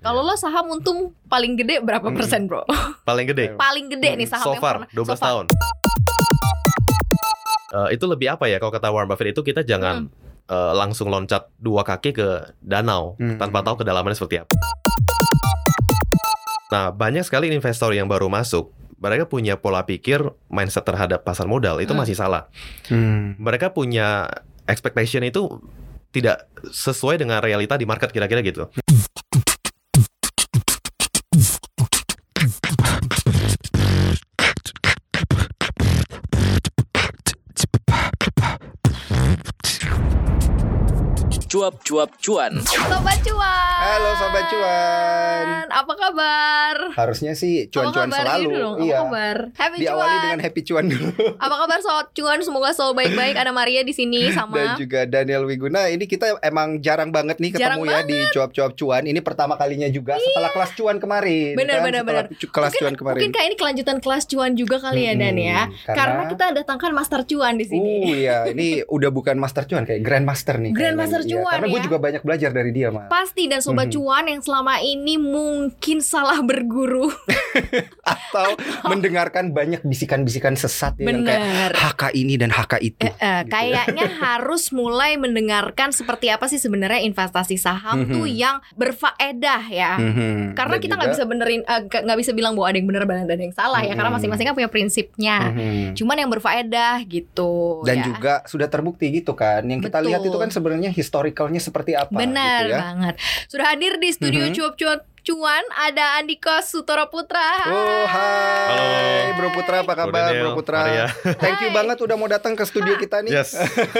Kalau lo saham untung paling gede berapa persen, bro? Paling gede. Paling gede nih saham So yang far pernah. 12 tahun. Itu lebih apa ya? Kalau kata Warren Buffett itu kita jangan langsung loncat 2 kaki ke danau tanpa tahu kedalamannya seperti apa. Nah, banyak sekali investor yang baru masuk, mereka punya pola pikir, mindset terhadap pasar modal itu masih salah. Mereka punya expectation itu tidak sesuai dengan realita di market kira-kira gitu. Cuap-cuap cuan. Sobat cuan. Halo Sobat Cuan. Apa kabar? Harusnya sih cuan-cuan Apa kabar? selalu. Ini dong, Iya. Apa kabar? Happy Diawali cuan. dengan happy cuan dulu. Apa kabar sobat cuan? Semoga selalu baik-baik. Ada Maria di sini Dan sama juga Daniel Wiguna. Ini kita emang jarang banget nih ketemu Jarang ya di cuap-cuap cuan. Ini pertama kalinya juga setelah kelas cuan kemarin. Benar, kan? benar, Setelah benar. kelas cuan kemarin. Mungkin kayak ini kelanjutan kelas cuan juga kali ya Dan ya. Karena kita datangkan master cuan di sini. Iya, ini udah bukan master cuan, kayak grandmaster nih. Grandmaster kayaknya. cuan, Karena gue ya. juga banyak belajar dari dia, Mas. Pasti dan sobat cuan yang selama ini mungkin salah berguru. Atau mendengarkan banyak bisikan-bisikan sesat ya, yang Bener. kayak HK ini dan HK itu. Kayaknya harus mulai mendengarkan seperti apa sih sebenarnya investasi saham tuh yang berfaedah ya. Karena Dan kita juga- nggak bisa benerin, nggak bisa bilang bahwa ada yang benar dan ada yang salah ya. Karena masing-masing kan punya prinsipnya. Cuman yang berfaedah gitu. Dan ya. juga sudah terbukti gitu kan. Yang kita Betul. lihat itu kan sebenarnya historicalnya seperti apa. Benar gitu ya. banget. Sudah hadir di studio cuap-cuap cuan ada Andika Sutoro Putra. Oh hai Halo. Bro Putra, apa kabar Daniel, Bro Putra? Maria. Thank you Hai. banget udah mau datang ke studio kita nih. Yes.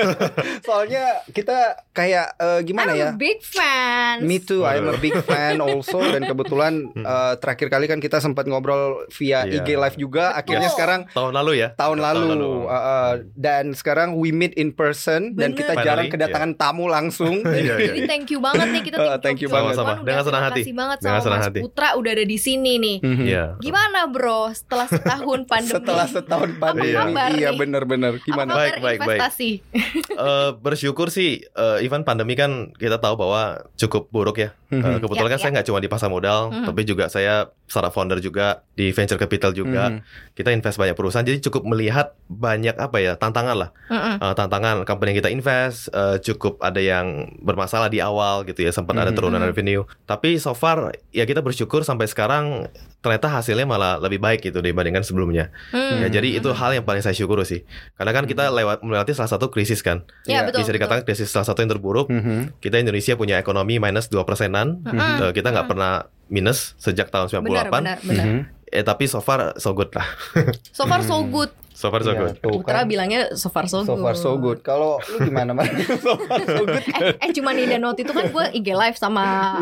Soalnya kita kayak gimana I'm ya? a big fan. Me too, I'm a big fan also. Dan kebetulan terakhir kali kan kita sempat ngobrol via Iya. IG Live juga. Akhirnya Betul. sekarang Tahun lalu ya? tahun lalu. Dan sekarang we meet in person. Dan Bener. kita Finally, jarang kedatangan tamu langsung. Iya, iya. Jadi thank you banget nih kita tim Thank you Cuap-Cuap banget. Cuan Sama-sama. udah Dengan senang terima hati. kasih banget Dengan sama senang Mas hati. Putra udah ada di sini nih. Iya. Gimana bro setelah setahun pandemi? Setelah setahun pandemi. kabar Iya nih? benar-benar. Apa Gimana? kabar Baik. investasi? Bersyukur sih, even pandemi kan kita tahu bahwa cukup buruk ya. Kebetulan kan saya nggak cuma di pasar modal, tapi juga saya startup founder juga di venture capital juga. Kita invest banyak perusahaan, jadi cukup melihat banyak apa ya tantangan lah. Tantangan company yang kita invest cukup ada yang bermasalah di awal gitu ya, sempat ada turunan revenue. Tapi so far ya kita bersyukur sampai sekarang ternyata hasilnya malah lebih baik gitu dibandingkan sebelumnya. Ya, jadi itu hal yang paling saya syukuri sih. Karena kan kita melewati salah satu krisis kan. Ya, betul, Bisa dikatakan krisis salah satu yang terburuk. Kita Indonesia punya ekonomi minus 2%-an. Kita nggak pernah minus sejak tahun 98. Benar. Tapi so far so good lah. So far so good. So far so Iya, good. tuh Putra kan. bilangnya so far so good. So far so good. Kalau lu gimana, Mas? So far so good. Cuma nih dan waktu itu kan gue IG live sama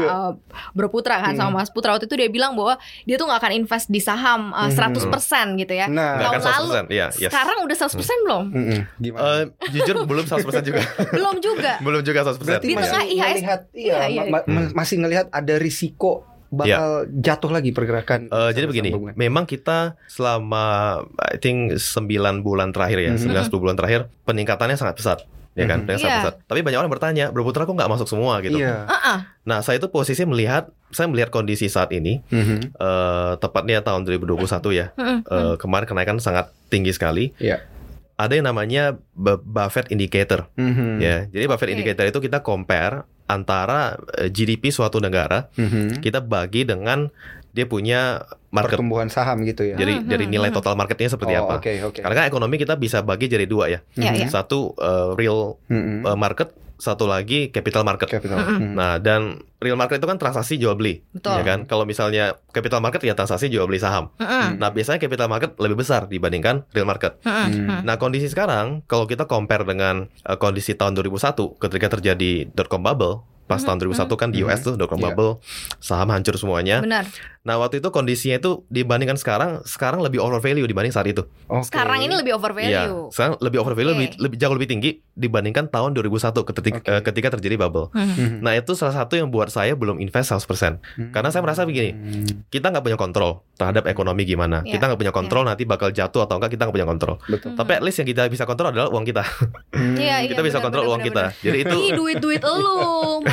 Bro Putra kan sama Mas Putra. Waktu itu dia bilang bahwa dia tuh gak akan invest di saham 100% gitu ya. Nah. Nggak Tahun akan lalu 100%, iya, yes. sekarang udah 100% belum? Gimana? Jujur belum 100% juga. Belum juga. Belum juga 100%. Berarti Di tengah masih IHS. ngelihat, Iya. masih ngelihat ada risiko bakal jatuh lagi pergerakan. Jadi begini, saham-saham memang kita selama I think 9 bulan terakhir ya, 9-10 bulan terakhir peningkatannya sangat pesat. Ya kan, yang sangat Iya. pesat. Tapi banyak orang bertanya, Bro Putra kok nggak masuk semua gitu. Iya. Nah, saya itu posisi saya melihat kondisi saat ini, tepatnya tahun 2021 ya. Kemarin kenaikan sangat tinggi sekali. Iya. Ada yang namanya Buffett Indicator. Ya, jadi Buffett Oke. Indicator itu kita compare antara GDP suatu negara, kita bagi dengan dia punya market. Pertumbuhan saham gitu ya. Jadi dari nilai total marketnya seperti apa? Oke. Karena kan ekonomi kita bisa bagi jadi dua ya. Iya. Satu real market, satu lagi capital market. Capital. Nah, dan real market itu kan transaksi jual beli, Betul. ya kan? Kalau misalnya capital market ya transaksi jual beli saham. Nah, biasanya capital market lebih besar dibandingkan real market. Nah, kondisi sekarang kalau kita compare dengan kondisi tahun 2001 ketika terjadi .com bubble, pas tahun 2001 kan di US tuh .com Iya. bubble, saham hancur semuanya. Benar. Nah, waktu itu kondisinya itu dibandingkan sekarang lebih over value dibanding saat itu. Oke. Sekarang ini lebih over Iya, value. sekarang lebih over value, Oke. jauh lebih tinggi dibandingkan tahun 2001 ketika terjadi bubble. Nah, itu salah satu yang buat saya belum invest 100%. Karena saya merasa begini, kita nggak punya kontrol terhadap ekonomi gimana. Iya. Kita nggak punya kontrol nanti bakal jatuh atau enggak, kita nggak punya kontrol. Betul. Tapi at least yang kita bisa kontrol adalah uang kita. Iya, Kita bisa kontrol uang kita. Jadi itu Ih, duit-duit elu.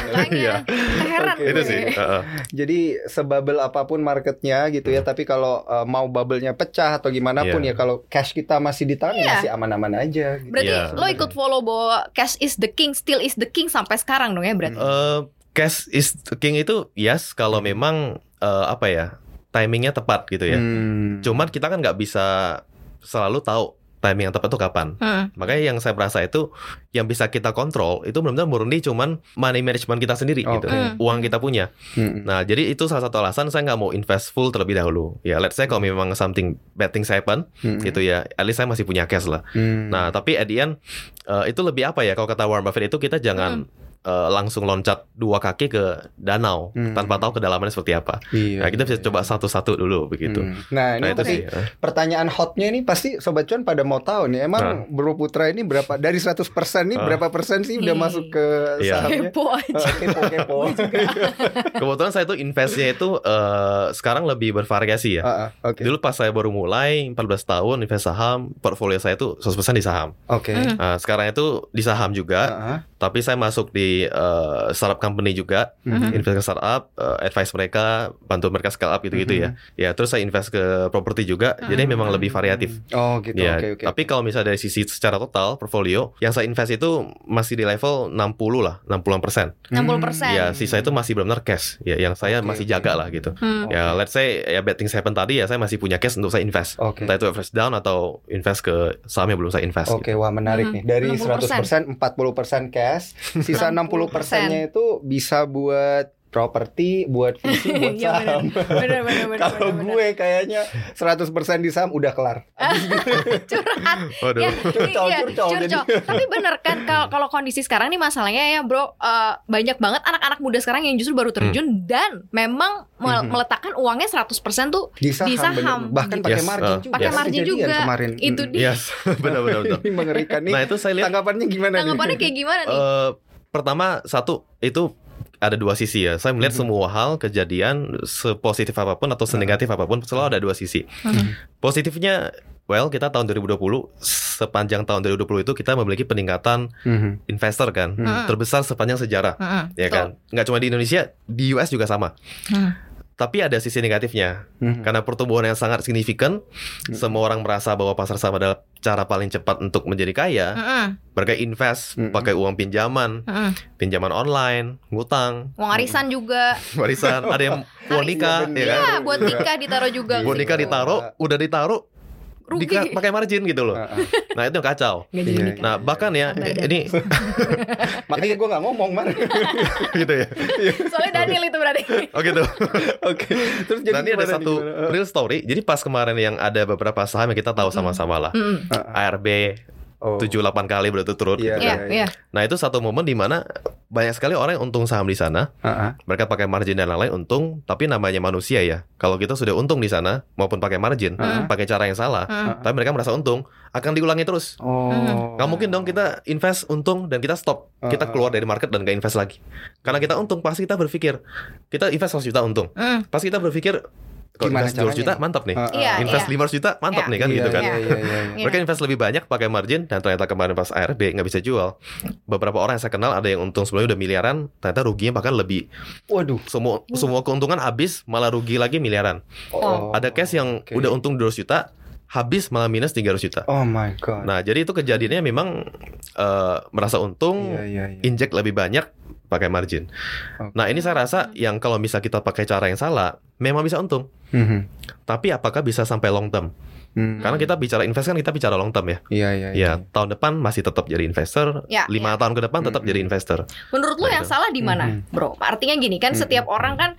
Makanya heran Oke. Itu gue. sih. Jadi sebubble apapun marketnya gitu ya, tapi kalau mau bubble-nya pecah atau gimana pun ya kalau cash kita masih di tangan ya masih aman-aman aja gitu. Berarti Iya. lo ikut follow bahwa cash is the king, still is the king sampai sekarang dong ya berarti. Cash is the king itu yes kalau memang apa ya, timingnya tepat gitu ya. Cuman kita kan nggak bisa selalu tahu timing yang tepat itu kapan. Makanya yang saya merasa itu yang bisa kita kontrol itu benar-benar murni cuman money management kita sendiri gitu. Uang kita punya. Nah, jadi itu salah satu alasan saya nggak mau invest full terlebih dahulu. Ya, let's say kalau memang something bad things happen gitu ya, at least saya masih punya cash lah. Nah, tapi at the end itu lebih apa ya, kalau kata Warren Buffett itu kita jangan langsung loncat 2 kaki ke danau tanpa tahu kedalamannya seperti apa. Nah, kita bisa coba satu-satu dulu begitu. Nah, ini itu pasti sih. pertanyaan hotnya ini pasti Sobat Cuan pada mau tahu nih. Emang Bro Putra ini berapa dari 100% nih berapa persen sih udah masuk ke sahamnya? Kepo aja. Kepo. Kebetulan saya tuh investnya itu sekarang lebih bervariasi ya. Oke. Dulu pas saya baru mulai 14 tahun invest saham, portfolio saya tuh 100% di saham. Oke. Nah, sekarang itu di saham juga, tapi saya masuk di startup company juga, invest ke startup, advice mereka, bantu mereka scale up gitu-gitu ya. Ya, terus saya invest ke properti juga, jadi memang lebih variatif. Oh gitu. Ya, Oke. tapi kalau misalnya dari sisi secara total portfolio, yang saya invest itu masih di level 60 lah, 60%. 60%. Ya, sisa itu masih benar-benar cash. Ya, yang saya masih jaga lah gitu. Ya, let's say ya bad things happen tadi ya saya masih punya cash untuk saya invest. Entah itu invest down atau invest ke saham yang belum saya invest. Oke, wah menarik nih. Dari 100%, 40% cash, sisa 60%-nya itu bisa buat properti, buat visi, buat saham. Bener. Kalau gue kayaknya 100% di saham udah kelar. Curhat. Waduh. Ya, Curcol jadi. Tapi bener kan kalau kondisi sekarang nih masalahnya ya bro, banyak banget anak-anak muda sekarang yang justru baru terjun dan memang meletakkan uangnya 100% tuh di saham. Bener. Bahkan Gitu. pakai margin juga. Pakai margin Kejadian juga. Kemarin. Itu dia. Yes, benar. Ini mengerikan nih. Nah, itu saya lihat Tanggapannya gimana nih? Tanggapannya kayak gimana nih? pertama satu itu ada 2 sisi ya. Saya melihat semua hal kejadian sepositif apapun atau senegatif apapun selalu ada 2 sisi. Positifnya, well kita tahun 2020 sepanjang tahun 2020 itu kita memiliki peningkatan investor kan terbesar sepanjang sejarah, ya kan. Nggak cuma di Indonesia, di US juga sama. Tapi ada sisi negatifnya karena pertumbuhan yang sangat signifikan. Semua orang merasa bahwa pasar saham adalah cara paling cepat untuk menjadi kaya. Mereka invest pakai uang pinjaman, pinjaman online, ngutang, Uang arisan juga. warisan, ada yang uang nikah, ya kan? Iya, buat nikah ditaruh juga. Buat nikah udah ditaruh Rugi. pakai margin gitu loh. Nah, itu yang kacau. Nah, bahkan ya ini Makanya gue nggak ngomong man. gitu ya. Soalnya Daniel itu berarti. Oh gitu. Oke. Terus jadi Nanti ada gimana satu nih? real story. Jadi pas kemarin yang ada beberapa saham yang kita tahu sama-sama lah. ARB 7-8 kali berturut-turut gitu kan. Iya. Nah, itu satu momen di mana banyak sekali orang yang untung saham di sana. Mereka pakai margin dan lain-lain untung, tapi namanya manusia ya. Kalau kita sudah untung di sana maupun pakai margin, pakai cara yang salah, tapi mereka merasa untung, akan diulangi terus. Nggak mungkin dong kita invest untung dan kita stop. Kita keluar dari market dan nggak invest lagi. Karena kita untung, pasti kita berpikir kita invest 100 juta untung. Pasti kita berpikir kalau invest 200 juta mantap nih. Invest 500 juta mantap nih kan gitu kan. Mereka invest lebih banyak pakai margin dan ternyata kemarin pas ARB nggak bisa jual. Beberapa orang yang saya kenal ada yang untung sebelumnya udah miliaran, ternyata ruginya bahkan lebih. Waduh. Semua keuntungan habis malah rugi lagi miliaran. Ada case yang udah untung 200 juta habis malah minus 300 juta. Oh my god. Nah, jadi itu kejadiannya memang merasa untung, injek lebih banyak pakai margin. Nah, ini saya rasa yang kalau bisa kita pakai cara yang salah, memang bisa untung. Tapi apakah bisa sampai long term? Karena kita bicara invest kan kita bicara long term ya. Ya, tahun depan masih tetap jadi investor, 5 tahun ke depan tetap jadi investor. Menurut lo yang salah di mana, bro? Artinya gini kan, setiap orang kan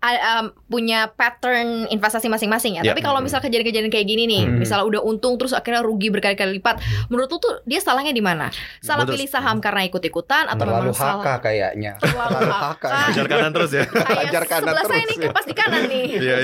punya pattern investasi masing-masing ya. Tapi kalau misal kejadian-kejadian kayak gini nih, misalnya udah untung terus akhirnya rugi berkali-kali lipat, menurut lo tuh dia salahnya di mana? Salah pilih saham karena ikut-ikutan atau terlalu memang salah? haka kayaknya. Terlalu haka. Hajar kanan terus ya. Hajar kanan Sebelah saya terus. nih pas di kanan nih. Iya.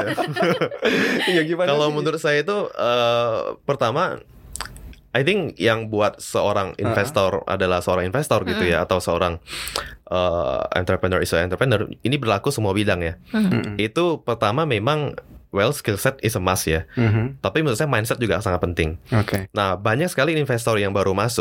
Iya gimana? Kalau sih? menurut saya itu pertama, I think yang buat seorang investor adalah seorang investor gitu ya, atau seorang entrepreneur is an entrepreneur. Ini berlaku semua bidang ya. Itu pertama memang skill set is a must ya. Tapi menurut saya mindset juga sangat penting. Nah, banyak sekali investor yang baru masuk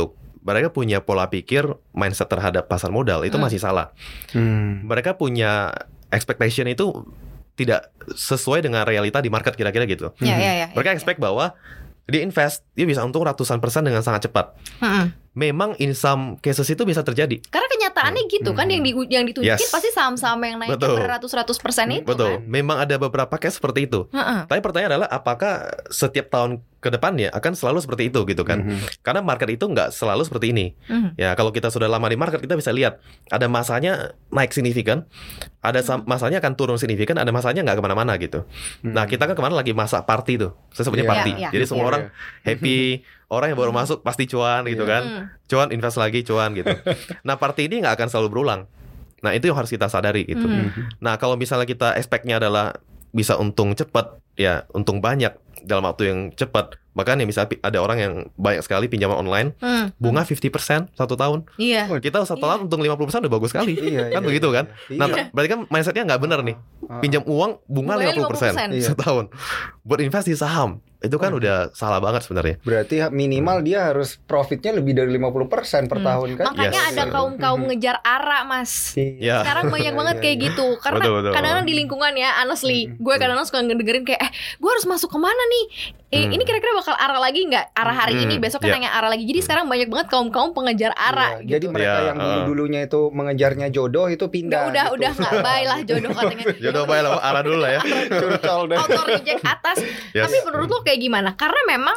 mereka punya pola pikir, mindset terhadap pasar modal itu masih salah. Mereka punya expectation itu tidak sesuai dengan realita di market kira-kira gitu. Mereka expect bahwa dia invest, dia bisa untung ratusan persen dengan sangat cepat. Memang in some cases itu bisa terjadi. Karena kenyataannya gitu kan, yang ditunjukin pasti saham-saham yang naik beratus-ratus persen itu. Betul. Kan? Memang ada beberapa case seperti itu. Tapi pertanyaan adalah apakah setiap tahun ke depannya akan selalu seperti itu gitu kan? Karena market itu nggak selalu seperti ini. Ya kalau kita sudah lama di market, kita bisa lihat ada masanya naik signifikan, ada masanya akan turun signifikan, ada masanya nggak kemana-mana gitu. Nah kita kan kemarin lagi masa party tuh, saya sebutnya party. Jadi semua orang happy. Orang yang baru masuk pasti cuan gitu kan. Cuan, invest lagi, cuan gitu. Nah party ini nggak akan selalu berulang. Nah itu yang harus kita sadari gitu. Nah kalau misalnya kita expect-nya adalah bisa untung cepat, ya untung banyak dalam waktu yang cepat. Bahkan yang bisa ada orang yang banyak sekali pinjaman online, bunga 50% 1 tahun. Kita 1 tahun untung 50% udah bagus sekali. Kan begitu kan? Nah berarti kan mindsetnya nggak benar nih. Pinjam uang bunga 50% 1 tahun. Buat invest di saham, itu kan udah salah banget sebenarnya. Berarti minimal dia harus profitnya lebih dari 50% per tahun kan? Makanya ada kaum ngejar ARA, Mas. Sekarang banyak banget kayak gitu. Karena kadang-kadang di lingkungan ya, honestly, gue kadang-kadang suka ngedengerin kayak, gue harus masuk kemana nih? Ini kira-kira bakal ARA lagi nggak? ARA hari ini, besok kan nanya ARA lagi. Jadi sekarang banyak banget kaum pengejar ARA. Gitu. Jadi mereka yang dulunya itu mengejarnya jodoh itu pindah. Udah nggak baik lah jodoh katanya. Jodoh baik lah, ARA dulu lah ya. Auto reject atas. Tapi menurut lo kayak gimana? Karena memang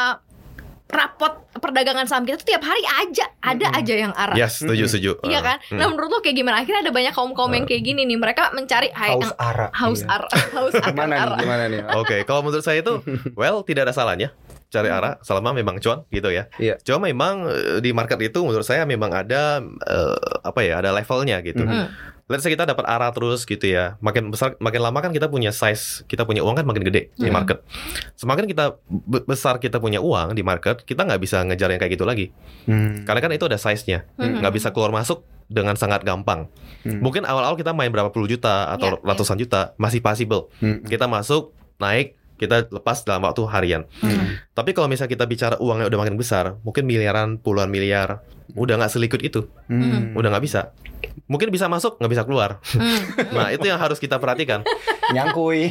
rapot perdagangan saham kita tuh tiap hari ada aja yang ARA. Setuju. Iya kan? Nah menurut lo kayak gimana? Akhirnya ada banyak kaum yang kayak gini nih. Mereka mencari haus ARA. Gimana nih? Oke, kalau menurut saya itu tidak ada salahnya cari ARA selama memang cuan gitu ya. Cuma memang di market itu menurut saya memang ada ada levelnya gitu. Let's say kita dapat ARA terus gitu ya. Makin besar, makin lama kan kita punya size, kita punya uang kan makin gede di market. Semakin kita besar kita punya uang di market, kita nggak bisa ngejar yang kayak gitu lagi. Karena kan itu ada size-nya, nggak bisa keluar masuk dengan sangat gampang. Mungkin awal-awal kita main berapa puluh juta atau ratusan juta masih possible. Kita masuk, naik, kita lepas dalam waktu harian. Tapi kalau misalnya kita bicara uangnya udah makin besar, mungkin miliaran, puluhan miliar, udah nggak seliquid itu, udah nggak bisa. Mungkin bisa masuk, nggak bisa keluar. Nah itu yang harus kita perhatikan. Nyangkui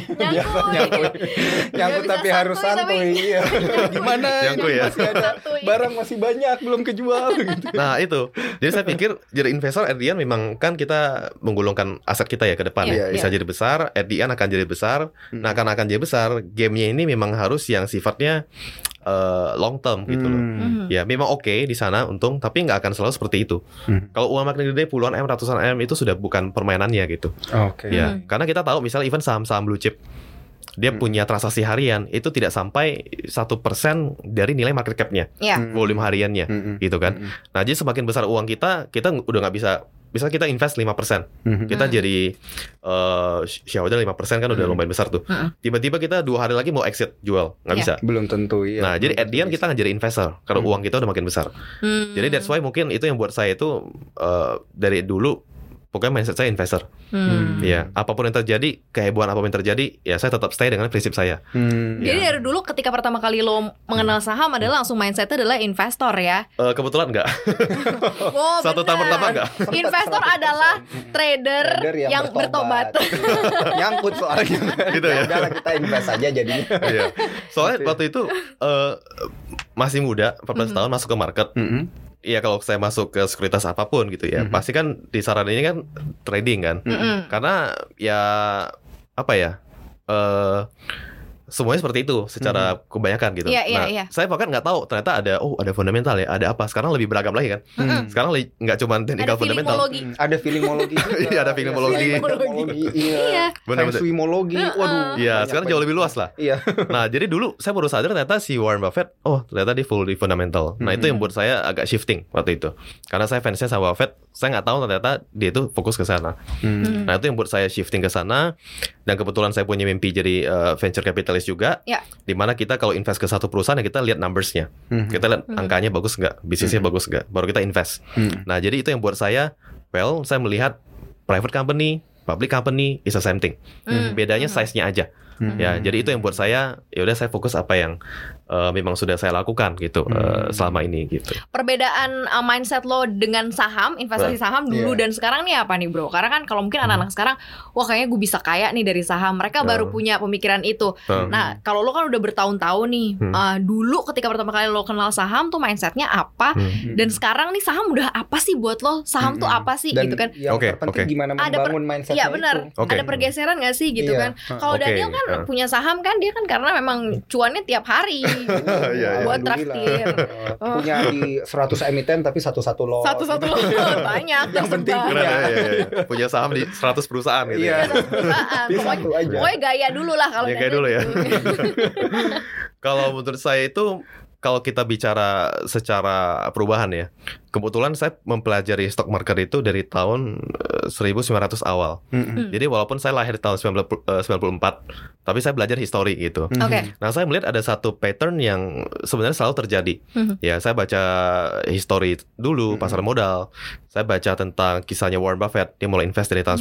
tapi harus santuy. Gimana? Nyangkui ya. Barang masih banyak belum kejual gitu. Nah itu. Jadi saya pikir jadi investor at the end memang kan kita menggulungkan aset kita ya ke depan. Bisa jadi besar, at the end akan jadi besar. Nah karena akan jadi besar, gamenya ini memang harus yang sifatnya long term gitu loh. Ya memang oke di sana untung, tapi nggak akan selalu seperti itu. Kalau uang makin gede puluhan M, ratusan M itu sudah bukan permainannya gitu. Ya, karena kita tahu misalnya even saham-saham blue chip, dia punya transaksi harian itu tidak sampai 1% dari nilai market cap-nya, volume hariannya, gitu kan. Nah, jadi semakin besar uang kita udah nggak bisa. Misal kita invest 5%, kita jadi shareholder 5% kan udah lumayan besar tuh. Tiba-tiba kita 2 hari lagi mau exit, jual, nggak bisa. Belum tentu. Nah, jadi at the end kita nggak jadi investor kalau uang kita udah makin besar. Jadi that's why mungkin itu yang buat saya itu dari dulu pokoknya mindset saya investor. Ya, apapun yang terjadi, kehebohan apapun yang terjadi, ya saya tetap stay dengan prinsip saya. Jadi dari dulu ketika pertama kali lo mengenal saham adalah langsung mindsetnya adalah investor ya? Kebetulan enggak. Satu tahun pertama enggak. Investor adalah trader yang bertobat. Nyangkut soalnya. Gitu ya. Udahlah kita invest aja jadinya. Soalnya waktu itu masih muda, 14 tahun masuk ke market. Iya kalau saya masuk ke sekuritas apapun gitu ya, pasti kan disaraninnya kan trading kan, karena ya apa ya, semuanya seperti itu secara kebanyakan gitu. Saya bahkan nggak tahu ternyata ada fundamental ya, ada apa. Sekarang lebih beragam lagi kan. Sekarang nggak cuma technical fundamental. Ada filmologi. Iya ada filmologi. Iya. Feng-shuimologi. Waduh. Iya sekarang jauh lebih luas lah. Iya. Nah jadi dulu saya baru sadar ternyata si Warren Buffett, ternyata dia full di fundamental. Nah itu yang buat saya agak shifting waktu itu. Karena saya fansnya sama Buffett, saya nggak tahu ternyata dia itu fokus ke sana. Nah itu yang buat saya shifting ke sana. Dan kebetulan saya punya mimpi jadi venture capitalist juga, dimana kita kalau invest ke satu perusahaan ya kita lihat numbers-nya, kita lihat angkanya bagus nggak, bisnisnya bagus nggak, baru kita invest. Nah jadi itu yang buat saya, saya melihat private company, public company is the same thing, bedanya size-nya aja. Ya jadi itu yang buat saya, ya udah saya fokus apa yang memang sudah saya lakukan gitu selama ini gitu. Perbedaan mindset lo dengan saham, investasi saham dulu dan sekarang nih apa nih bro? Karena kan kalau mungkin anak-anak sekarang, wah kayaknya gue bisa kaya nih dari saham. Mereka baru punya pemikiran itu. Nah kalau lo kan udah bertahun-tahun nih, dulu ketika pertama kali lo kenal saham tuh mindsetnya apa? Dan sekarang nih saham udah apa sih buat lo? Saham tuh apa sih dan gitu kan? Yang terpenting gimana membangun mindsetnya Iya benar. Ada pergeseran nggak sih gitu kan? Kalau Daniel kan punya saham kan, dia kan karena memang cuannya tiap hari buat traktir. Punya di 100 emiten tapi satu-satu lot. Satu-satu lot banyak. Yang penting punya saham di 100 perusahaan gitu. Iya. Perusahaan. Pokoknya gaya dulu lah kalau gaya dulu ya. Kalau menurut saya itu, kalau kita bicara secara perubahan ya, kebetulan saya mempelajari stock market itu dari tahun 1900 awal. Jadi walaupun saya lahir tahun 94, tapi saya belajar histori gitu. Nah saya melihat ada satu pattern yang sebenarnya selalu terjadi. Ya saya baca histori dulu, pasar modal. Saya baca tentang kisahnya Warren Buffett, dia mulai invest dari tahun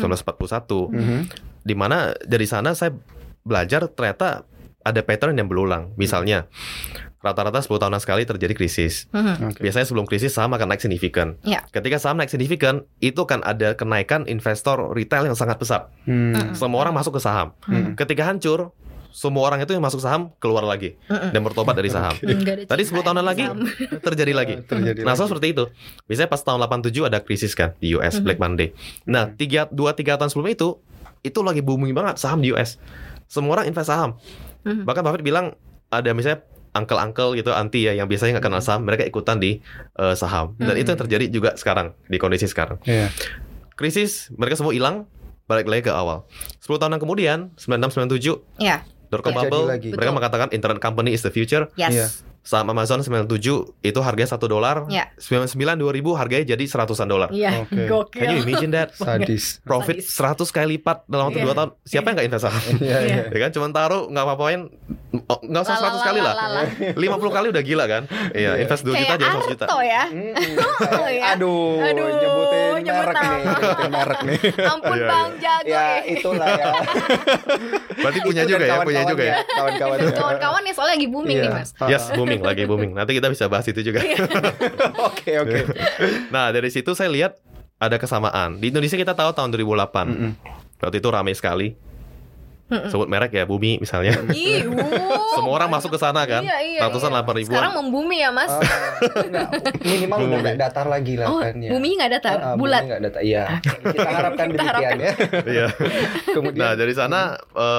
1941. Di mana dari sana saya belajar ternyata ada pattern yang berulang. Misalnya rata-rata 10 tahunan sekali terjadi krisis. Biasanya sebelum krisis saham akan naik signifikan. Ketika saham naik signifikan, itu kan ada kenaikan investor retail yang sangat besar. Semua orang masuk ke saham. Ketika hancur, semua orang itu yang masuk saham keluar lagi dan bertobat dari saham. Tadi 10 tahunan lagi terjadi lagi. Nah, seperti itu. Biasanya pas tahun 87 ada krisis kan di US, Black Monday. Nah, 2-3 tahun sebelum itu lagi booming banget saham di US. Semua orang invest saham. Bahkan Buffett bilang ada misalnya uncle-uncle gitu, anti ya, yang biasanya nggak kenal saham, mereka ikutan di saham. Dan itu yang terjadi juga sekarang, di kondisi sekarang. Krisis, mereka semua hilang, balik lagi ke awal. 10 tahun kemudian, 96-97, dot-com bubble, mereka mengatakan internet company is the future. Saham Amazon 97 itu harganya $1. 99 2000 harganya jadi $100. Gokil. Can you imagine that? Sadis. Profit 100 kali lipat dalam waktu 2 tahun. Siapa yang nggak invest saham? Ya kan, cuma taruh nggak apa-apain, nggak usah 100 kali lah. 50 kali udah gila kan? Iya, invest 2 juta jadi 100 juta. Ya. Aduh, nyebutin merek nih. Ampun Bang, jago. Ya itulah ya. Berarti punya juga ya, Kawan-kawan ya, soalnya lagi booming nih Mas. Yes, lagi booming. Nanti kita bisa bahas itu juga. Oke. Nah, dari situ saya lihat ada kesamaan. Di Indonesia kita tahu tahun 2008. Waktu itu ramai sekali. Sebut merek ya, Bumi misalnya. Semua orang masuk ke sana kan. Ratusan 8 ribuan. Sekarang membumi ya Mas. Minimal udah nggak datar lagi lah kan ya. Bumi nggak datar, bulat. Nggak datar. Iya. Kita harapkan demikian ya. Iya. Nah dari sana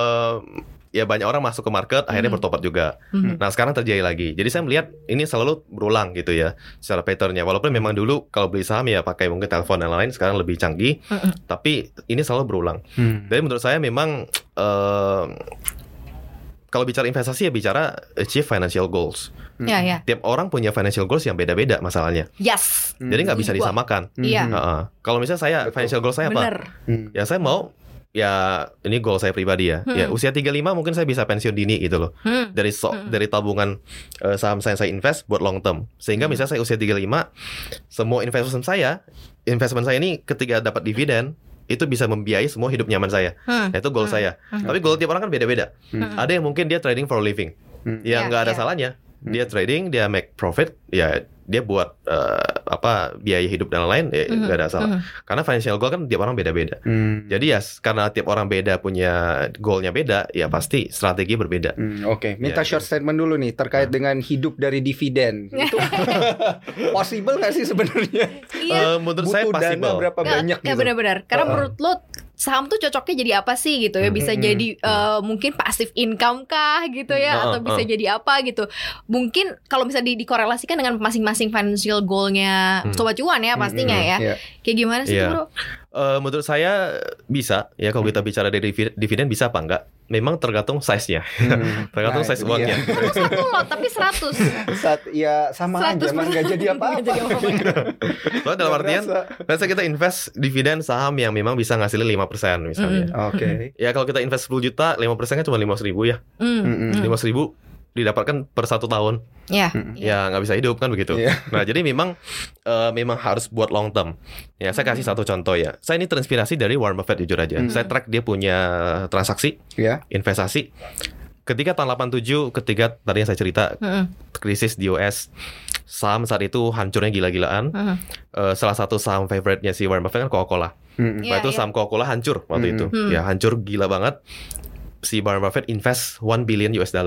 ya banyak orang masuk ke market, akhirnya bertobat juga. Nah sekarang terjadi lagi. Jadi saya melihat ini selalu berulang gitu ya, secara patternnya. Walaupun memang dulu kalau beli saham ya pakai mungkin telepon dan lain, sekarang lebih canggih. Tapi ini selalu berulang. Jadi menurut saya memang kalau bicara investasi ya bicara achieve financial goals. Tiap orang punya financial goals yang beda-beda masalahnya. Jadi nggak bisa disamakan. Kalau misalnya saya financial goals saya apa? Ya saya mau, ya ini goal saya pribadi ya. Ya usia 35 mungkin saya bisa pensiun dini gitu loh. Dari tabungan saham saya invest buat long term. Sehingga misalnya saya usia 35, semua investment saya ini ketika dapat dividen itu bisa membiayai semua hidup nyaman saya. Nah, itu goal saya. Tapi goal tiap orang kan beda-beda. Ada yang mungkin dia trading for a living. Ya nggak ada salahnya. Dia trading, dia make profit, ya dia buat biaya hidup dan lain, ya nggak ada salah. Karena financial goal kan tiap orang beda-beda. Jadi ya karena tiap orang beda punya goalnya beda, ya pasti strategi berbeda. Oke. Minta short statement dulu nih terkait dengan hidup dari dividen. Itu possible nggak sih sebenarnya? Menurut saya possible. Butuh dana berapa banyak gitu? Ya benar-benar. Karena menurut lo saham tuh cocoknya jadi apa sih gitu ya? Bisa jadi mungkin passive income kah gitu ya, atau bisa jadi apa gitu. Mungkin kalau bisa dikorelasikan dengan masing-masing financial goalnya Sobat Cuan ya pastinya ya. Kayak gimana sih bro? Menurut saya bisa ya, kalau kita bicara dari dividen bisa apa enggak? Memang tergantung size-nya. Tergantung size uangnya. Satu lot tapi 100. Ya sama 100%. Aja emang nggak jadi apa-apa. Soalnya dalam artian biasanya kita invest dividen saham yang memang bisa ngasilin 5% misalnya. Ya kalau kita invest 10 juta, 5% kan cuma 500.000 ya. 500.000 didapatkan per 1 tahun. Ya nggak bisa hidup kan begitu. Nah jadi memang harus buat long term. Ya saya kasih satu contoh ya. Saya ini terinspirasi dari Warren Buffett, jujur aja. Saya track dia punya transaksi investasi. ketika tahun 87, ketika tadi yang saya cerita krisis di US, saham saat itu hancurnya gila-gilaan. Salah satu saham favorite-nya si Warren Buffett kan Coca-Cola. Itu saham Coca-Cola hancur waktu itu. Ya hancur gila banget. Si Warren Buffett invest $1 billion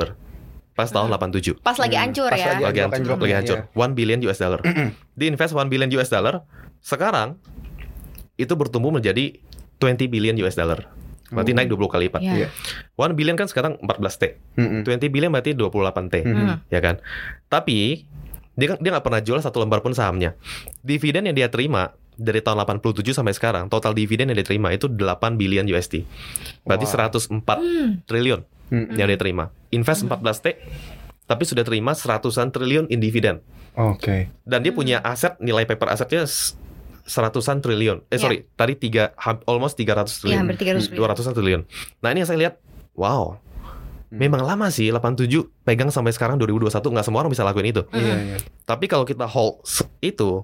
pas tahun 87. Pas lagi hancur ya. Lagi hancur. $1 billion. Di invest $1 billion. Sekarang itu bertumbuh menjadi $20 billion. Berarti naik 20 kali lipat. 1 billion kan sekarang 14T. 20 billion berarti 28T. Ya kan? Tapi dia nggak pernah jual satu lembar pun sahamnya. Dividen yang dia terima dari tahun 87 sampai sekarang, total dividen yang dia terima itu 8 billion USD. Berarti 104 triliun yang dia terima. Invest 14T, tapi sudah terima 100-an triliun in dividen. Oke. Dan dia punya aset, nilai paper asetnya 100-an triliun. Tadi almost 300 triliun. Hampir 300 triliun. 200-an triliun. Nah, ini yang saya lihat, wow. Memang lama sih 87 pegang sampai sekarang 2021, nggak semua orang bisa lakuin itu. Tapi kalau kita hold itu,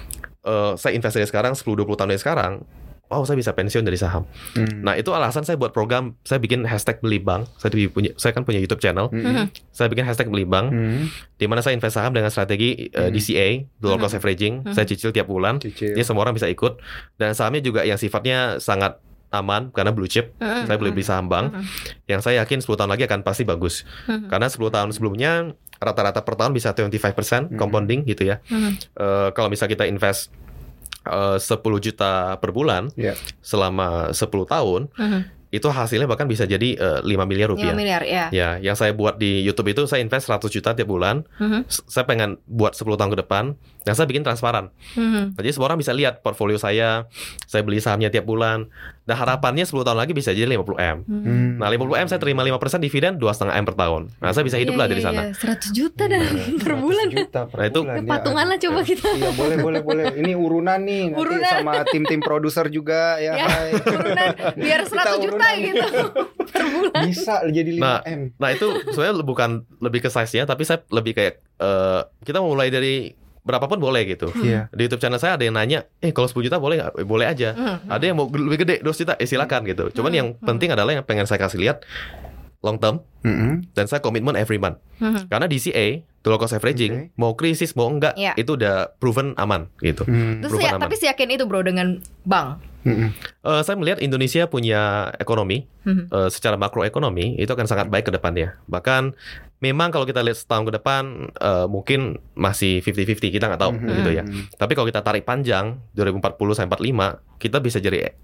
saya invest dari sekarang 10-20 tahun dari sekarang, wow, saya bisa pensiun dari saham. Nah, itu alasan saya buat program, saya bikin hashtag beli bank. Saya kan punya YouTube channel. Saya bikin hashtag beli bank, di mana saya invest saham dengan strategi DCA, dollar cost averaging. Saya cicil tiap bulan. Jadi semua orang bisa ikut. Dan sahamnya juga yang sifatnya sangat aman karena blue chip. Saya beli saham bank yang saya yakin 10 tahun lagi akan pasti bagus. Karena 10 tahun sebelumnya rata-rata per tahun bisa 25% compounding gitu ya. Kalau misalnya kita invest 10 juta per bulan selama 10 tahun, itu hasilnya bahkan bisa jadi 5 miliar rupiah. 5 miliar, ya. Ya, yang saya buat di YouTube itu saya invest 100 juta tiap bulan. Saya pengen buat 10 tahun ke depan, dan saya bikin transparan. Jadi semua orang bisa lihat portfolio saya beli sahamnya tiap bulan. Dan harapannya 10 tahun lagi bisa jadi 50M. Nah, 50M saya terima 5% dividen, 2,5M per tahun. Nah, saya bisa hidup lah dari sana. 100 juta dan per bulan. Nah, itu patungan lah coba kita. Iya, boleh. Ini urunan nih nanti sama tim-tim produser juga ya. Urunan biar 100 juta gitu per bulan. Bisa jadi 5M. Nah, itu sebenarnya bukan lebih ke size-nya, tapi saya lebih kayak kita mau mulai dari berapapun boleh gitu. Di YouTube channel saya ada yang nanya, kalau 10 juta boleh nggak? Boleh aja. Ada yang mau lebih gede, 2 juta, silakan gitu. Cuman yang penting adalah yang pengen saya kasih lihat long term, dan saya komitmen every month. Karena DCA, dollar cost averaging, mau krisis mau enggak, itu udah proven aman gitu. Terus tapi yakin itu bro dengan bank? Saya melihat Indonesia punya ekonomi, secara makroekonomi itu akan sangat baik ke depannya. Bahkan memang kalau kita lihat setahun ke depan mungkin masih 50-50, kita nggak tahu gitu ya. Tapi kalau kita tarik panjang 2040 sampai 45, kita bisa jadi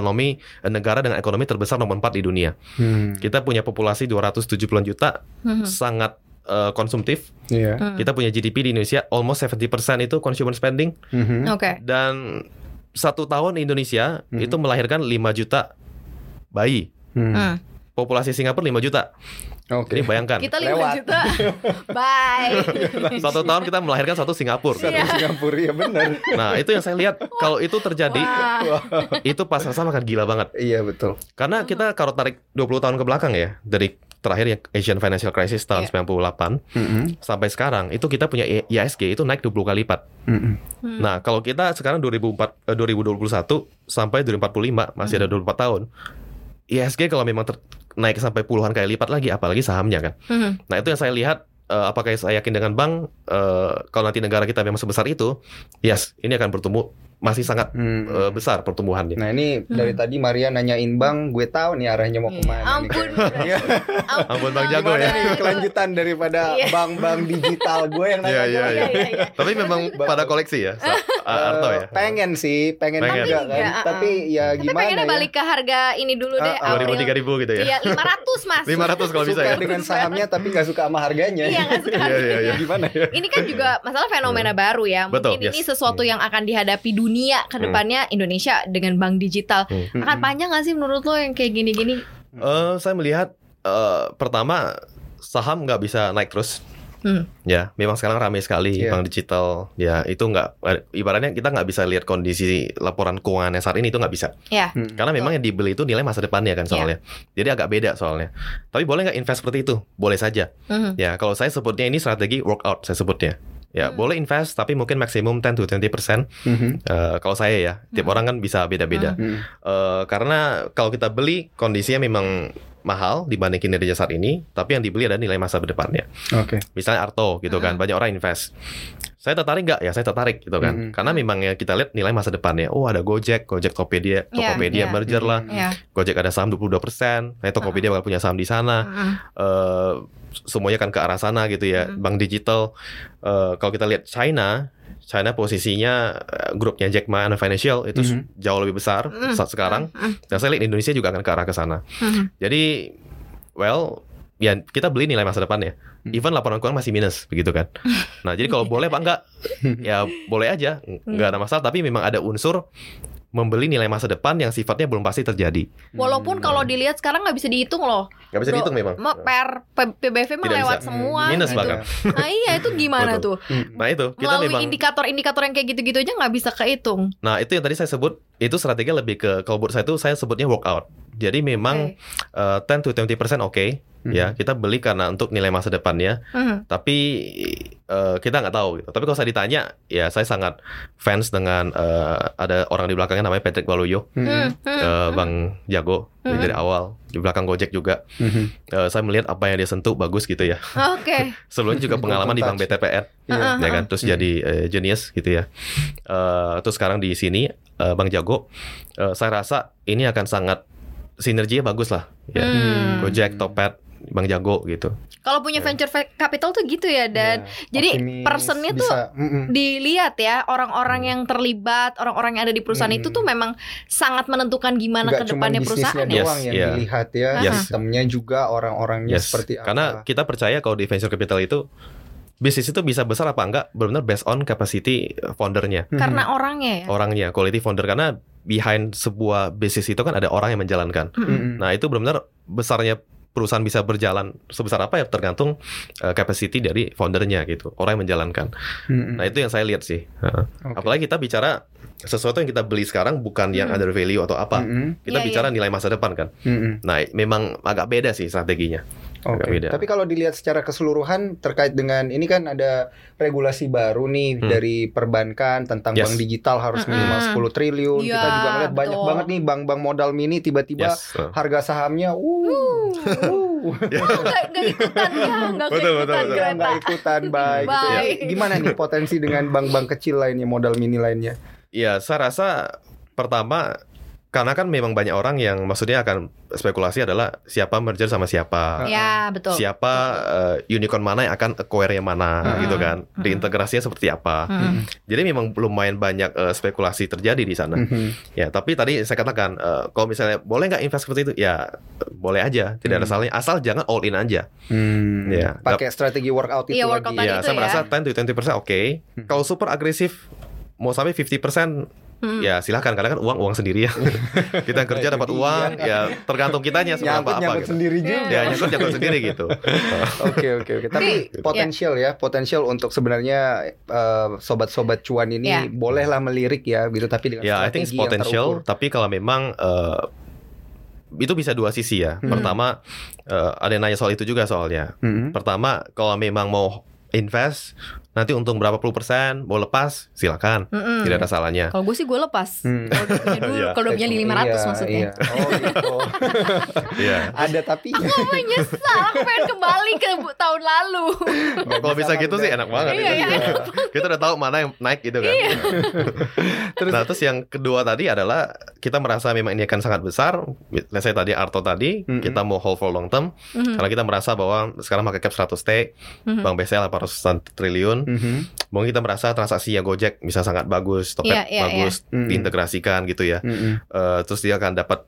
negara dengan ekonomi terbesar nomor 4 di dunia. Kita punya populasi 270-an juta, sangat konsumtif. Kita punya GDP di Indonesia almost 70% itu consumer spending. Dan 1 tahun Indonesia itu melahirkan 5 juta bayi. Populasi Singapura 5 juta. Jadi bayangkan. Kita 5 juta. Bye. 1 tahun kita melahirkan 1 Singapura. Singapura, ya benar. Nah, itu yang saya lihat. Kalau itu terjadi, itu pasar saham akan gila banget. Iya, betul. Karena kita kalau tarik 20 tahun ke belakang ya, dari terakhir ya Asian Financial Crisis tahun 98 sampai sekarang, itu kita punya IHSG itu naik 20 kali lipat. Nah, kalau kita sekarang 2021 sampai 2045 masih ada 24 tahun. IHSG kalau memang naik sampai puluhan kali lipat lagi, apalagi sahamnya kan. Nah, itu yang saya lihat. Apakah saya yakin dengan bank, kalau nanti negara kita memang sebesar itu, yes, ini akan bertumbuh masih sangat besar pertumbuhannya. Nah, ini dari tadi Maria nanyain bank, gue tahu nih arahnya mau kemana. Ampun. Ampun Bang Jago ya. Nih, kelanjutan daripada bank-bank digital gue yang nanya. Iya. Tapi memang pada koleksi ya, Arto ya. Pengen juga kan. Tapi ya gimana? Tapi pengennya balik ke harga ini dulu deh. 2.000-3.000 gitu ya. Iya, 500 mas. 500 kalau bisa ya. Suka dengan sahamnya tapi nggak suka sama harganya. Iya, nggak suka harganya. Iya. Gimana ya? Ini kan juga masalah fenomena baru ya. Mungkin ini sesuatu yang akan dihadapi dunia ke depannya. Indonesia dengan bank digital akan panjang nggak sih menurut lo yang kayak gini-gini? Saya melihat pertama saham nggak bisa naik terus. Ya, memang sekarang ramai sekali bank digital. Ya, itu nggak, ibaratnya kita nggak bisa lihat kondisi laporan keuangan saat ini, itu nggak bisa. Karena memang yang dibeli itu nilai masa depannya kan soalnya. Jadi agak beda soalnya. Tapi boleh nggak invest seperti itu? Boleh saja. Ya, kalau saya sebutnya ini strategi workout, saya sebutnya. Ya, boleh invest tapi mungkin maksimum 10-20%. Kalau saya ya, tiap orang kan bisa beda-beda. Karena kalau kita beli kondisinya memang mahal dibanding kinerja saat ini, tapi yang dibeli ada nilai masa depannya. Misalnya Arto gitu kan, banyak orang invest. Saya tertarik nggak? Ya saya tertarik gitu kan. Karena memang ya kita lihat nilai masa depannya. Oh ada Gojek Tokopedia merger lah. Gojek ada saham 22%. Tokopedia bakal punya saham di sana. Semuanya kan ke arah sana gitu ya. Bank digital. Kalau kita lihat China posisinya grupnya Jack Ma Financial itu jauh lebih besar saat sekarang. Dan saya lihat Indonesia juga akan ke arah ke sana. Jadi ya kita beli nilai masa depannya. Even laporan keuangan masih minus begitu kan. Nah, jadi kalau boleh Pak enggak? Ya boleh aja, enggak ada masalah, tapi memang ada unsur membeli nilai masa depan yang sifatnya belum pasti terjadi. Walaupun kalau dilihat sekarang nggak bisa dihitung loh. Nggak bisa dihitung memang. PBV mah lewat semua. Minus gitu. bahkan. Nah iya itu gimana tuh? Nah itu kita melalui memang indikator-indikator yang kayak gitu-gitu aja nggak bisa kehitung. Nah itu yang tadi saya sebut, itu strategi lebih ke, kalau buat saya itu saya sebutnya workout. Jadi memang 10-20% oke. Ya kita beli karena untuk nilai masa depannya. Tapi kita nggak tahu gitu. Tapi kalau saya ditanya, ya saya sangat fans dengan ada orang di belakangnya namanya Patrick Waluyo, Bang Jago dari awal, di belakang Gojek juga. Saya melihat apa yang dia sentuh bagus gitu ya. Sebelumnya juga pengalaman di Bank BTPN, ya kan, terus jadi genius gitu ya. Terus sekarang di sini Bang Jago, saya rasa ini akan sangat sinerginya bagus lah. Ya. Gojek, Topet, Bang Jago gitu. Kalau punya venture capital tuh gitu ya, dan jadi personnya tuh dilihat ya, orang-orang yang terlibat, orang-orang yang ada di perusahaan itu tuh memang sangat menentukan gimana ke depannya perusahaan. Doang yang dilihat ya, sistemnya juga orang-orangnya seperti apa. Karena kita percaya kalau di venture capital itu bisnis itu bisa besar apa enggak benar-benar based on capacity foundernya. Karena orangnya ya. Orangnya, quality founder, karena behind sebuah bisnis itu kan ada orang yang menjalankan. Nah, itu benar-benar besarnya perusahaan bisa berjalan sebesar apa ya tergantung capacity dari foundernya gitu, orang yang menjalankan. Nah, itu yang saya lihat sih. Apalagi kita bicara sesuatu yang kita beli sekarang bukan yang under value atau apa. Kita bicara nilai masa depan kan. Nah, memang agak beda sih strateginya. Tapi kalau dilihat secara keseluruhan terkait dengan ini kan ada regulasi baru nih dari perbankan tentang bank digital harus minimal 10 triliun. Kita juga ngeliat banyak banget nih bank-bank modal mini tiba-tiba harga sahamnya Nggak ikutan ya, nggak ikutan baik. Gitu ya. Gimana nih potensi dengan bank-bank kecil lainnya, modal mini lainnya? Ya, saya rasa pertama karena kan memang banyak orang yang maksudnya akan spekulasi adalah siapa merger sama siapa. Ya, betul. Siapa unicorn mana yang akan acquire yang mana gitu kan. Diintegrasinya seperti apa. Jadi memang lumayan banyak spekulasi terjadi di sana. Ya, tapi tadi saya katakan kalau misalnya boleh nggak invest seperti itu? Ya, boleh aja. Tidak ada salahnya, asal jangan all in aja. Ya, pakai strategi workout itu lagi. Ya, saya merasa 10-20% oke. Kalau super agresif mau sampai 50%, ya silahkan, karena kan uang sendiri ya. Kita kerja dapat uang, ya tergantung kitanya seberapa apa gitu. Sendiri juga. Ya nyangkut sendiri gitu. Oke. Tapi potensial untuk sebenarnya sobat-sobat cuan ini bolehlah melirik ya gitu, tapi dengan strategi I think potential, tapi kalau memang itu bisa dua sisi ya. Pertama ada yang nanya soal itu juga soalnya. Pertama, kalau memang mau invest nanti untung berapa puluh persen, mau lepas silakan, tidak ada salahnya. Kalau gue sih gue lepas. Kalau punya 500 maksudnya. Oh gitu. Ada tapi. Aku menyesal, aku pengen kembali ke tahun lalu. Kalau bisa gitu sih enak banget. Kita udah tahu mana yang naik gitu kan. Terus yang kedua tadi adalah kita merasa memang ini akan sangat besar. Saya tadi Arto tadi, kita mau hold for long term karena kita merasa bahwa sekarang market cap 100T, Bank BCA 800 triliun. Mungkin kita merasa transaksinya Gojek bisa sangat bagus, Topet bagus, diintegrasikan gitu ya. Terus dia akan dapat